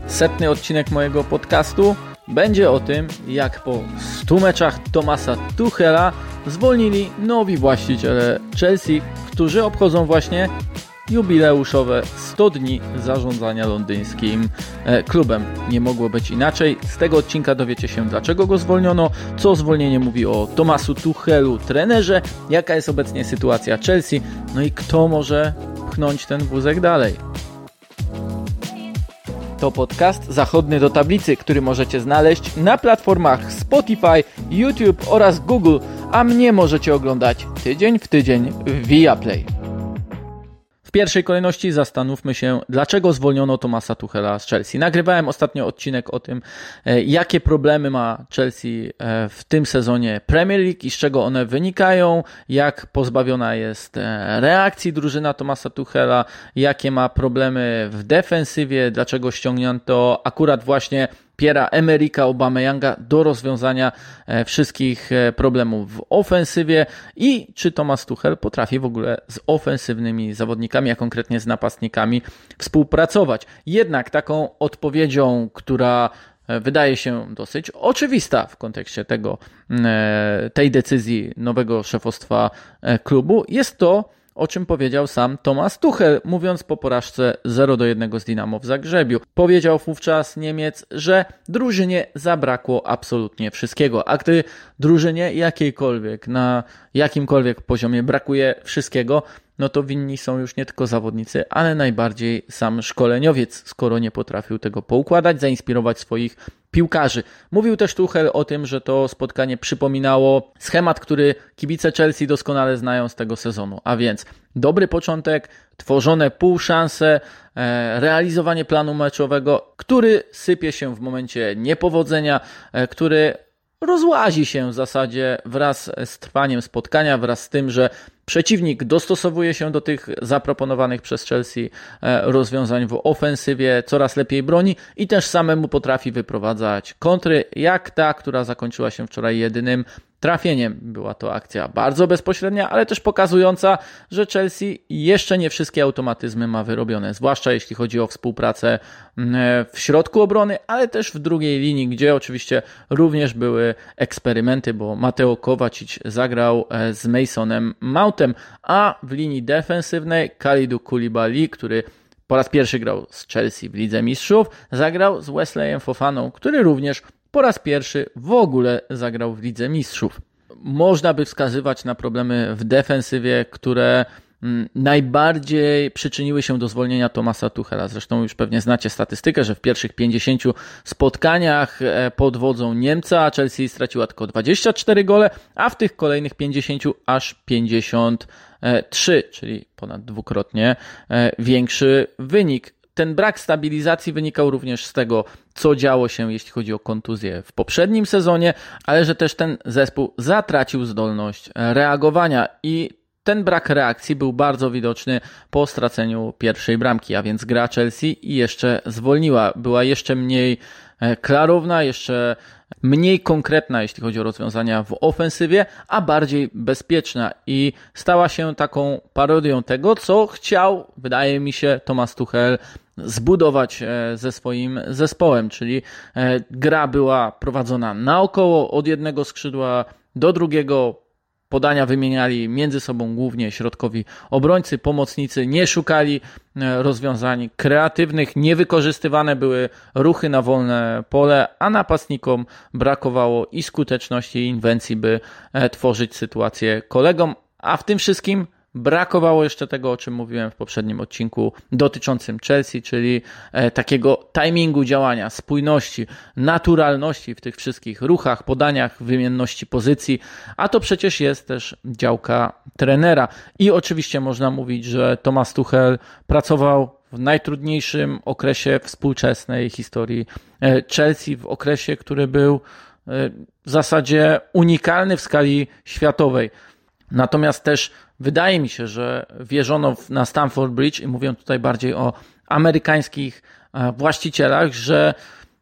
Setny odcinek mojego podcastu będzie o tym, jak po 100 meczach Thomasa Tuchela zwolnili nowi właściciele Chelsea, którzy obchodzą właśnie jubileuszowe 100 dni zarządzania londyńskim klubem. Nie mogło być inaczej. Z tego odcinka dowiecie się, dlaczego go zwolniono, co zwolnienie mówi o Thomasu Tuchelu, trenerze, jaka jest obecnie sytuacja Chelsea, no i kto może pchnąć ten wózek dalej. To podcast Zachodny do tablicy, który możecie znaleźć na platformach Spotify, YouTube oraz Google, a mnie możecie oglądać tydzień w tydzień w Viaplay. W pierwszej kolejności zastanówmy się, dlaczego zwolniono Thomasa Tuchela z Chelsea. Nagrywałem ostatnio odcinek o tym, jakie problemy ma Chelsea w tym sezonie Premier League i z czego one wynikają, jak pozbawiona jest reakcji drużyna Thomasa Tuchela, jakie ma problemy w defensywie, dlaczego ściągnięto akurat właśnie Pierre'a-Emerick Aubameyanga do rozwiązania wszystkich problemów w ofensywie i czy Thomas Tuchel potrafi w ogóle z ofensywnymi zawodnikami, a konkretnie z napastnikami współpracować. Jednak taką odpowiedzią, która wydaje się dosyć oczywista w kontekście tej decyzji nowego szefostwa klubu, jest to, o czym powiedział sam Thomas Tuchel, mówiąc po porażce 0-1 z Dynamo w Zagrzebiu. Powiedział wówczas Niemiec, że drużynie zabrakło absolutnie wszystkiego, a gdy drużynie jakiejkolwiek, na jakimkolwiek poziomie brakuje wszystkiego, no to winni są już nie tylko zawodnicy, ale najbardziej sam szkoleniowiec, skoro nie potrafił tego poukładać, zainspirować swoich piłkarzy. Mówił też Tuchel o tym, że to spotkanie przypominało schemat, który kibice Chelsea doskonale znają z tego sezonu, a więc dobry początek, tworzone półszanse, realizowanie planu meczowego, który sypie się w momencie niepowodzenia, który rozłazi się w zasadzie wraz z trwaniem spotkania, wraz z tym, że przeciwnik dostosowuje się do tych zaproponowanych przez Chelsea rozwiązań w ofensywie, coraz lepiej broni i też samemu potrafi wyprowadzać kontry, jak ta, która zakończyła się wczoraj jedynym trafieniem. Była to akcja bardzo bezpośrednia, ale też pokazująca, że Chelsea jeszcze nie wszystkie automatyzmy ma wyrobione, zwłaszcza jeśli chodzi o współpracę w środku obrony, ale też w drugiej linii, gdzie oczywiście również były eksperymenty, bo Mateo Kovacic zagrał z Masonem Mountem, a w linii defensywnej Kalidou Koulibaly, który po raz pierwszy grał z Chelsea w Lidze Mistrzów, zagrał z Wesleyem Fofaną, który również po raz pierwszy w ogóle zagrał w Lidze Mistrzów. Można by wskazywać na problemy w defensywie, które najbardziej przyczyniły się do zwolnienia Thomasa Tuchela. Zresztą już pewnie znacie statystykę, że w pierwszych 50 spotkaniach pod wodzą Niemca Chelsea straciła tylko 24 gole, a w tych kolejnych 50 aż 53, czyli ponad dwukrotnie większy wynik. Ten brak stabilizacji wynikał również z tego, co działo się, jeśli chodzi o kontuzję w poprzednim sezonie, ale że też ten zespół zatracił zdolność reagowania i ten brak reakcji był bardzo widoczny po straceniu pierwszej bramki, a więc gra Chelsea jeszcze zwolniła. Była jeszcze mniej klarowna, jeszcze mniej konkretna, jeśli chodzi o rozwiązania w ofensywie, a bardziej bezpieczna i stała się taką parodią tego, co chciał, wydaje mi się, Thomas Tuchel zbudować ze swoim zespołem, czyli gra była prowadzona naokoło, od jednego skrzydła do drugiego. Podania wymieniali między sobą głównie środkowi obrońcy, pomocnicy nie szukali rozwiązań kreatywnych, niewykorzystywane były ruchy na wolne pole, a napastnikom brakowało i skuteczności, i inwencji, by tworzyć sytuację kolegom, a w tym wszystkim brakowało jeszcze tego, o czym mówiłem w poprzednim odcinku dotyczącym Chelsea, czyli takiego timingu działania, spójności, naturalności w tych wszystkich ruchach, podaniach, wymienności pozycji, a to przecież jest też działka trenera. I oczywiście można mówić, że Thomas Tuchel pracował w najtrudniejszym okresie współczesnej historii Chelsea, w okresie, który był w zasadzie unikalny w skali światowej. Natomiast też wydaje mi się, że wierzono na Stamford Bridge, i mówię tutaj bardziej o amerykańskich właścicielach, że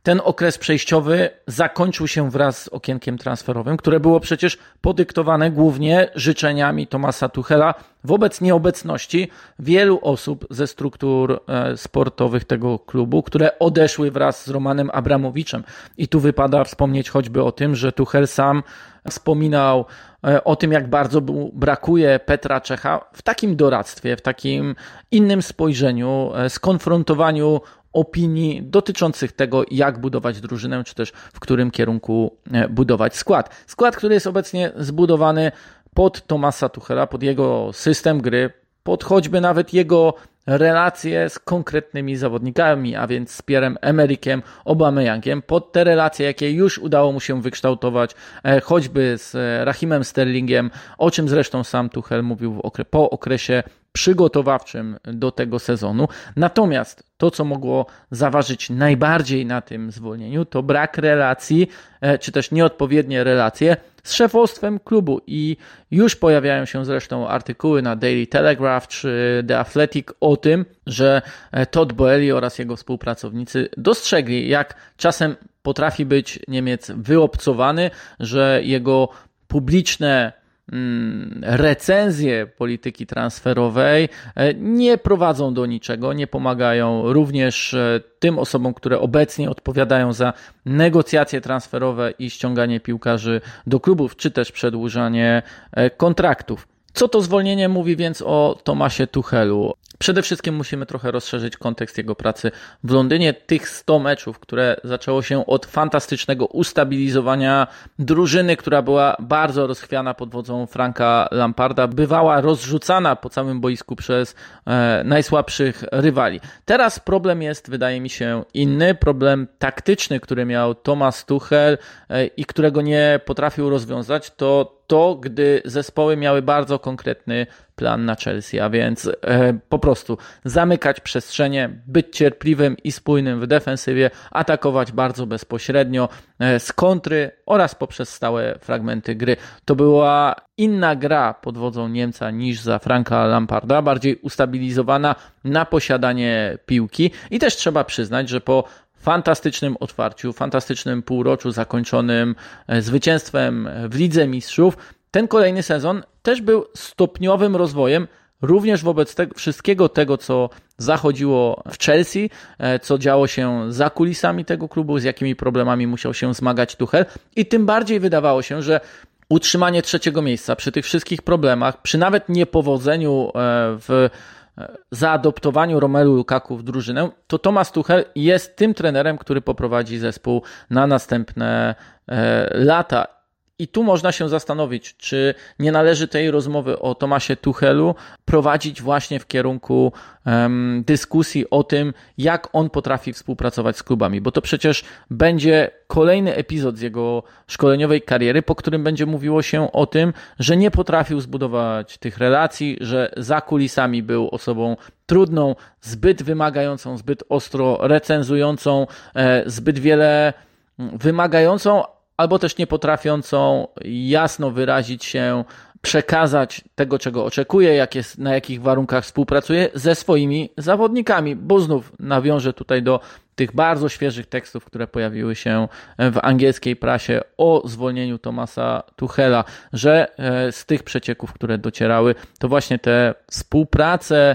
ten okres przejściowy zakończył się wraz z okienkiem transferowym, które było przecież podyktowane głównie życzeniami Thomasa Tuchela wobec nieobecności wielu osób ze struktur sportowych tego klubu, które odeszły wraz z Romanem Abramowiczem. I tu wypada wspomnieć choćby o tym, że Tuchel sam wspominał o tym, jak bardzo brakuje Petra Czecha w takim doradztwie, w takim innym spojrzeniu, skonfrontowaniu opinii dotyczących tego, jak budować drużynę, czy też w którym kierunku budować skład. Skład, który jest obecnie zbudowany pod Thomasa Tuchela, pod jego system gry, pod choćby nawet jego relacje z konkretnymi zawodnikami, a więc z Pierrem-Emerikiem Aubameyangiem, pod te relacje, jakie już udało mu się wykształtować choćby z Raheemem Sterlingiem, o czym zresztą sam Tuchel mówił po okresie przygotowawczym do tego sezonu. Natomiast to, co mogło zaważyć najbardziej na tym zwolnieniu, to brak relacji, czy też nieodpowiednie relacje z szefostwem klubu i już pojawiają się zresztą artykuły na Daily Telegraph czy The Athletic o tym, że Todd Boehly oraz jego współpracownicy dostrzegli, jak czasem potrafi być Niemiec wyobcowany, że jego publiczne recenzje polityki transferowej nie prowadzą do niczego, nie pomagają również tym osobom, które obecnie odpowiadają za negocjacje transferowe i ściąganie piłkarzy do klubów, czy też przedłużanie kontraktów. Co to zwolnienie mówi więc o Thomasie Tuchelu? Przede wszystkim musimy trochę rozszerzyć kontekst jego pracy w Londynie. Tych 100 meczów, które zaczęło się od fantastycznego ustabilizowania drużyny, która była bardzo rozchwiana pod wodzą Franka Lamparda, bywała rozrzucana po całym boisku przez najsłabszych rywali. Teraz problem jest, wydaje mi się, inny. Problem taktyczny, który miał Thomas Tuchel i którego nie potrafił rozwiązać, to gdy zespoły miały bardzo konkretny plan na Chelsea, a więc po prostu zamykać przestrzenie, być cierpliwym i spójnym w defensywie, atakować bardzo bezpośrednio z kontry oraz poprzez stałe fragmenty gry. To była inna gra pod wodzą Niemca niż za Franka Lamparda, bardziej ustabilizowana na posiadanie piłki i też trzeba przyznać, że po fantastycznym otwarciu, fantastycznym półroczu zakończonym zwycięstwem w Lidze Mistrzów, ten kolejny sezon też był stopniowym rozwojem również wobec wszystkiego tego, co zachodziło w Chelsea, co działo się za kulisami tego klubu, z jakimi problemami musiał się zmagać Tuchel i tym bardziej wydawało się, że utrzymanie trzeciego miejsca przy tych wszystkich problemach, przy nawet niepowodzeniu w zaadoptowaniu Romelu Lukaku w drużynę, to Thomas Tuchel jest tym trenerem, który poprowadzi zespół na następne lata. I tu można się zastanowić, czy nie należy tej rozmowy o Thomasie Tuchelu prowadzić właśnie w kierunku dyskusji o tym, jak on potrafi współpracować z klubami, bo to przecież będzie kolejny epizod z jego szkoleniowej kariery, po którym będzie mówiło się o tym, że nie potrafił zbudować tych relacji, że za kulisami był osobą trudną, zbyt wymagającą, zbyt ostro recenzującą, zbyt wiele wymagającą, albo też nie potrafiącą jasno wyrazić się, przekazać tego, czego oczekuje, na jakich warunkach współpracuje ze swoimi zawodnikami, bo znów nawiążę tutaj do tych bardzo świeżych tekstów, które pojawiły się w angielskiej prasie o zwolnieniu Thomasa Tuchela, że z tych przecieków, które docierały, to właśnie te współprace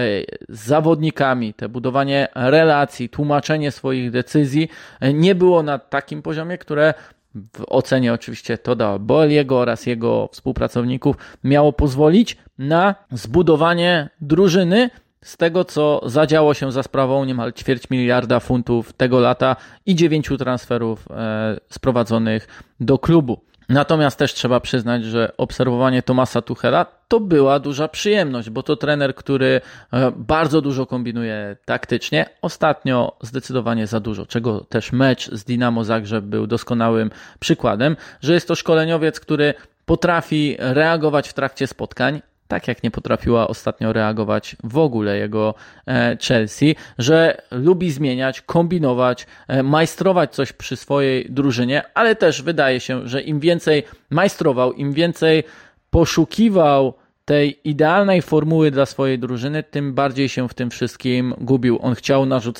z zawodnikami, te budowanie relacji, tłumaczenie swoich decyzji nie było na takim poziomie, które w ocenie oczywiście Todda Boehly'ego oraz jego współpracowników miało pozwolić na zbudowanie drużyny z tego, co zadziało się za sprawą niemal 250 miliona funtów tego lata i 9 transferów sprowadzonych do klubu. Natomiast też trzeba przyznać, że obserwowanie Thomasa Tuchela to była duża przyjemność, bo to trener, który bardzo dużo kombinuje taktycznie. Ostatnio zdecydowanie za dużo, czego też mecz z Dinamo Zagrzeb był doskonałym przykładem, że jest to szkoleniowiec, który potrafi reagować w trakcie spotkań, tak jak nie potrafiła ostatnio reagować w ogóle jego Chelsea, że lubi zmieniać, kombinować, majstrować coś przy swojej drużynie, ale też wydaje się, że im więcej majstrował, im więcej poszukiwał tej idealnej formuły dla swojej drużyny, tym bardziej się w tym wszystkim gubił. On chciał narzucać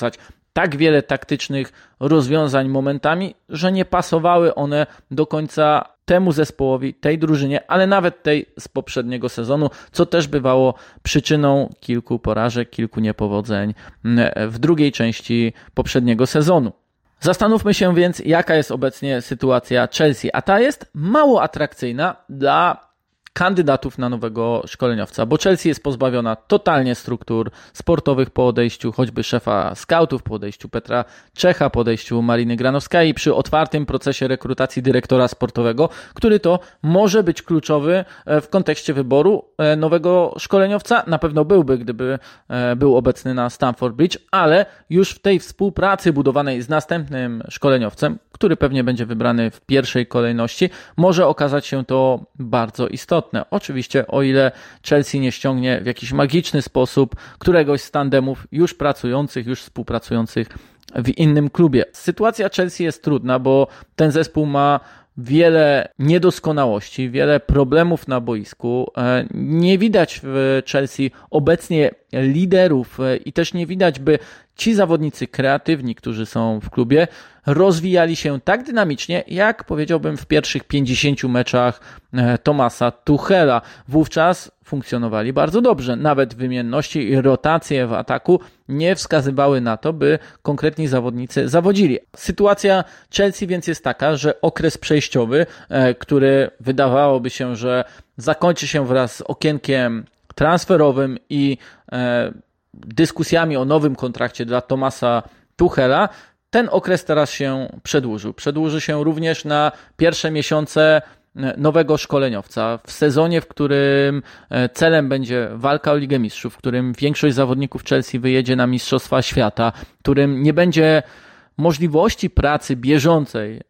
tak wiele taktycznych rozwiązań momentami, że nie pasowały one do końca temu zespołowi, tej drużynie, ale nawet tej z poprzedniego sezonu, co też bywało przyczyną kilku porażek, kilku niepowodzeń w drugiej części poprzedniego sezonu. Zastanówmy się więc, jaka jest obecnie sytuacja Chelsea, a ta jest mało atrakcyjna dla kandydatów na nowego szkoleniowca, bo Chelsea jest pozbawiona totalnie struktur sportowych po odejściu choćby szefa scoutów, po odejściu Petra Czecha, po odejściu Mariny Granowskiej, przy otwartym procesie rekrutacji dyrektora sportowego, który to może być kluczowy w kontekście wyboru nowego szkoleniowca. Na pewno byłby, gdyby był obecny na Stamford Bridge, ale już w tej współpracy budowanej z następnym szkoleniowcem, który pewnie będzie wybrany w pierwszej kolejności, może okazać się to bardzo istotne. Oczywiście, o ile Chelsea nie ściągnie w jakiś magiczny sposób któregoś z tandemów już pracujących, już współpracujących w innym klubie. Sytuacja Chelsea jest trudna, bo ten zespół ma wiele niedoskonałości, wiele problemów na boisku. Nie widać w Chelsea obecnie liderów i też nie widać, by ci zawodnicy kreatywni, którzy są w klubie, rozwijali się tak dynamicznie, jak powiedziałbym w pierwszych 50 meczach Thomasa Tuchela. Wówczas funkcjonowali bardzo dobrze. Nawet wymienności i rotacje w ataku nie wskazywały na to, by konkretni zawodnicy zawodzili. Sytuacja Chelsea więc jest taka, że okres przejściowy, który wydawałoby się, że zakończy się wraz z okienkiem transferowym i dyskusjami o nowym kontrakcie dla Thomasa Tuchela, ten okres teraz się przedłużył. Przedłuży się również na pierwsze miesiące nowego szkoleniowca. W sezonie, w którym celem będzie walka o Ligę Mistrzów, w którym większość zawodników Chelsea wyjedzie na Mistrzostwa Świata, w którym nie będzie możliwości pracy bieżącej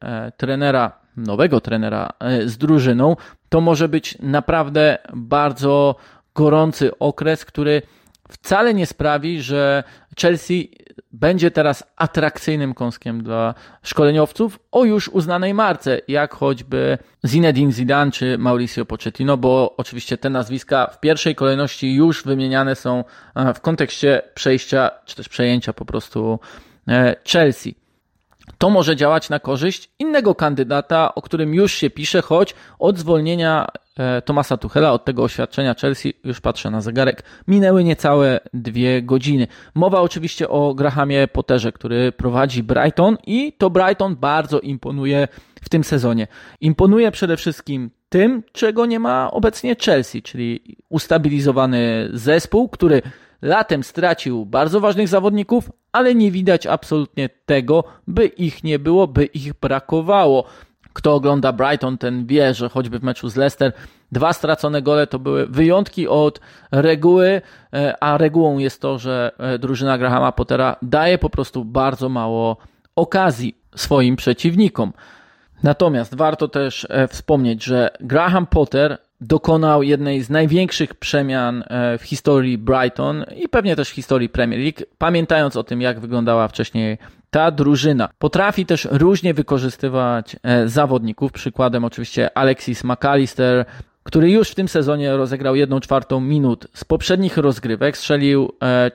nowego trenera z drużyną, to może być naprawdę bardzo gorący okres, który wcale nie sprawi, że Chelsea będzie teraz atrakcyjnym kąskiem dla szkoleniowców o już uznanej marce, jak choćby Zinedine Zidane czy Mauricio Pochettino, bo oczywiście te nazwiska w pierwszej kolejności już wymieniane są w kontekście przejścia, czy też przejęcia po prostu Chelsea. To może działać na korzyść innego kandydata, o którym już się pisze, choć od zwolnienia Thomasa Tuchela, od tego oświadczenia Chelsea, już patrzę na zegarek, minęły niecałe 2 godziny. Mowa oczywiście o Grahamie Potterze, który prowadzi Brighton i to Brighton bardzo imponuje w tym sezonie. Imponuje przede wszystkim tym, czego nie ma obecnie Chelsea, czyli ustabilizowany zespół, który latem stracił bardzo ważnych zawodników, ale nie widać absolutnie tego, by ich nie było, by ich brakowało. Kto ogląda Brighton, ten wie, że choćby w meczu z Leicester 2 stracone gole to były wyjątki od reguły, a regułą jest to, że drużyna Grahama Pottera daje po prostu bardzo mało okazji swoim przeciwnikom. Natomiast warto też wspomnieć, że Graham Potter dokonał jednej z największych przemian w historii Brighton i pewnie też w historii Premier League, pamiętając o tym, jak wyglądała wcześniej ta drużyna. Potrafi też różnie wykorzystywać zawodników. Przykładem oczywiście Alexis McAllister, który już w tym sezonie rozegrał 1/4 minut z poprzednich rozgrywek, strzelił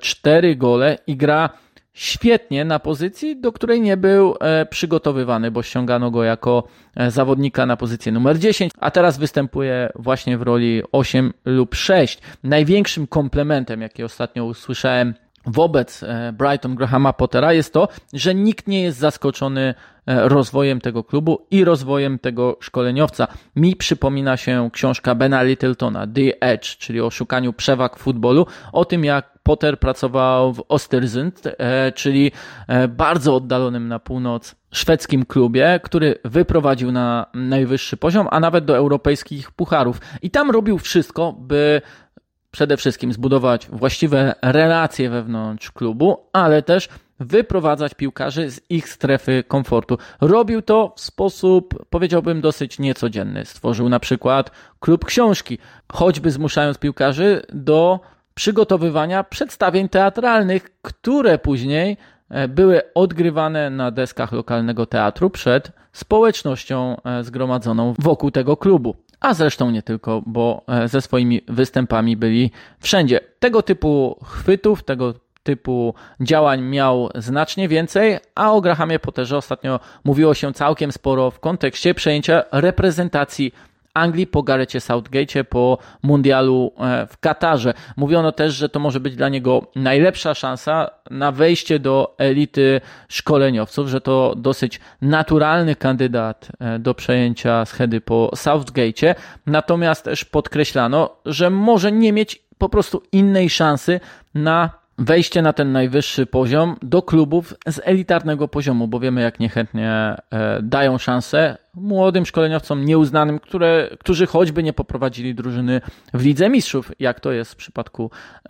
4 gole i gra świetnie na pozycji, do której nie był przygotowywany, bo ściągano go jako zawodnika na pozycję numer 10, a teraz występuje właśnie w roli 8 lub 6. Największym komplementem, jaki ostatnio usłyszałem wobec Brighton Grahama Pottera, jest to, że nikt nie jest zaskoczony rozwojem tego klubu i rozwojem tego szkoleniowca. Mi przypomina się książka Bena Littletona, The Edge, czyli o szukaniu przewag w futbolu, o tym jak Potter pracował w Östersund, czyli bardzo oddalonym na północ szwedzkim klubie, który wyprowadził na najwyższy poziom, a nawet do europejskich pucharów. I tam robił wszystko, by przede wszystkim zbudować właściwe relacje wewnątrz klubu, ale też wyprowadzać piłkarzy z ich strefy komfortu. Robił to w sposób, powiedziałbym, dosyć niecodzienny. Stworzył na przykład klub książki, choćby zmuszając piłkarzy do przygotowywania przedstawień teatralnych, które później były odgrywane na deskach lokalnego teatru przed społecznością zgromadzoną wokół tego klubu. A zresztą nie tylko, bo ze swoimi występami byli wszędzie. Tego typu chwytów, tego typu działań miał znacznie więcej, a o Grahamie Potterze ostatnio mówiło się całkiem sporo w kontekście przejęcia reprezentacji Anglii po Garethie Southgate'cie, po mundialu w Katarze. Mówiono też, że to może być dla niego najlepsza szansa na wejście do elity szkoleniowców, że to dosyć naturalny kandydat do przejęcia schedy po Southgate'cie. Natomiast też podkreślano, że może nie mieć po prostu innej szansy na wejście na ten najwyższy poziom do klubów z elitarnego poziomu, bo wiemy, jak niechętnie dają szansę młodym szkoleniowcom nieuznanym, którzy choćby nie poprowadzili drużyny w Lidze Mistrzów, jak to jest w przypadku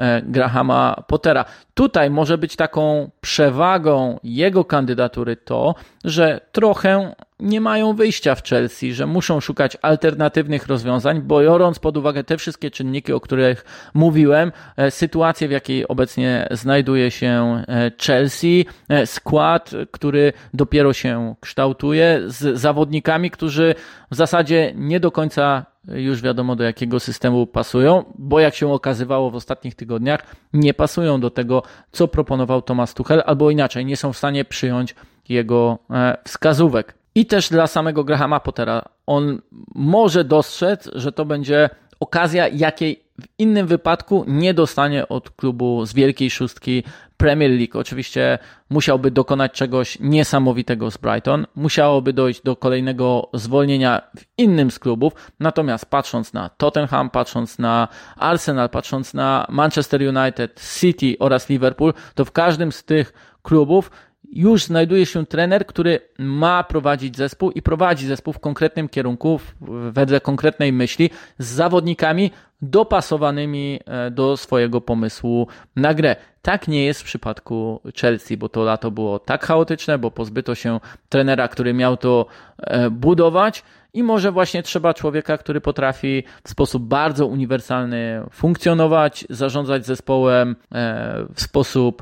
Grahama Pottera. Tutaj może być taką przewagą jego kandydatury to, że trochę nie mają wyjścia w Chelsea, że muszą szukać alternatywnych rozwiązań, bo biorąc pod uwagę te wszystkie czynniki, o których mówiłem, sytuację, w jakiej obecnie znajduje się Chelsea, skład, który dopiero się kształtuje, z zawodnikami, którzy w zasadzie nie do końca już wiadomo, do jakiego systemu pasują, bo jak się okazywało w ostatnich tygodniach, nie pasują do tego, co proponował Thomas Tuchel, albo inaczej, nie są w stanie przyjąć jego wskazówek. I też dla samego Grahama Pottera. On może dostrzec, że to będzie okazja, jakiej w innym wypadku nie dostanie od klubu z wielkiej szóstki Premier League. Oczywiście musiałby dokonać czegoś niesamowitego z Brighton, musiałoby dojść do kolejnego zwolnienia w innym z klubów, natomiast patrząc na Tottenham, patrząc na Arsenal, patrząc na Manchester United, City oraz Liverpool, to w każdym z tych klubów już znajduje się trener, który ma prowadzić zespół i prowadzi zespół w konkretnym kierunku, wedle konkretnej myśli, z zawodnikami dopasowanymi do swojego pomysłu na grę. Tak nie jest w przypadku Chelsea, bo to lato było tak chaotyczne, bo pozbyto się trenera, który miał to budować i może właśnie trzeba człowieka, który potrafi w sposób bardzo uniwersalny funkcjonować, zarządzać zespołem w sposób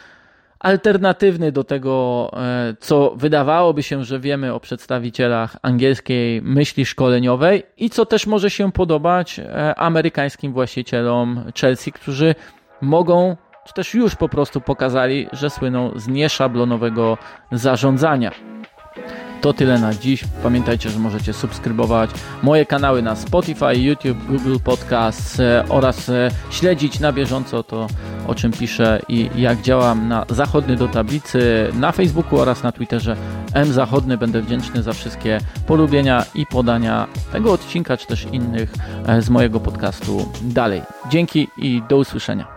alternatywny do tego, co wydawałoby się, że wiemy o przedstawicielach angielskiej myśli szkoleniowej i co też może się podobać amerykańskim właścicielom Chelsea, którzy mogą, czy też już po prostu pokazali, że słyną z nieszablonowego zarządzania. To tyle na dziś. Pamiętajcie, że możecie subskrybować moje kanały na Spotify, YouTube, Google Podcast oraz śledzić na bieżąco to, o czym piszę i jak działam na Zachodny do Tablicy, na Facebooku oraz na Twitterze mzachodny. Będę wdzięczny za wszystkie polubienia i podania tego odcinka, czy też innych z mojego podcastu dalej. Dzięki i do usłyszenia.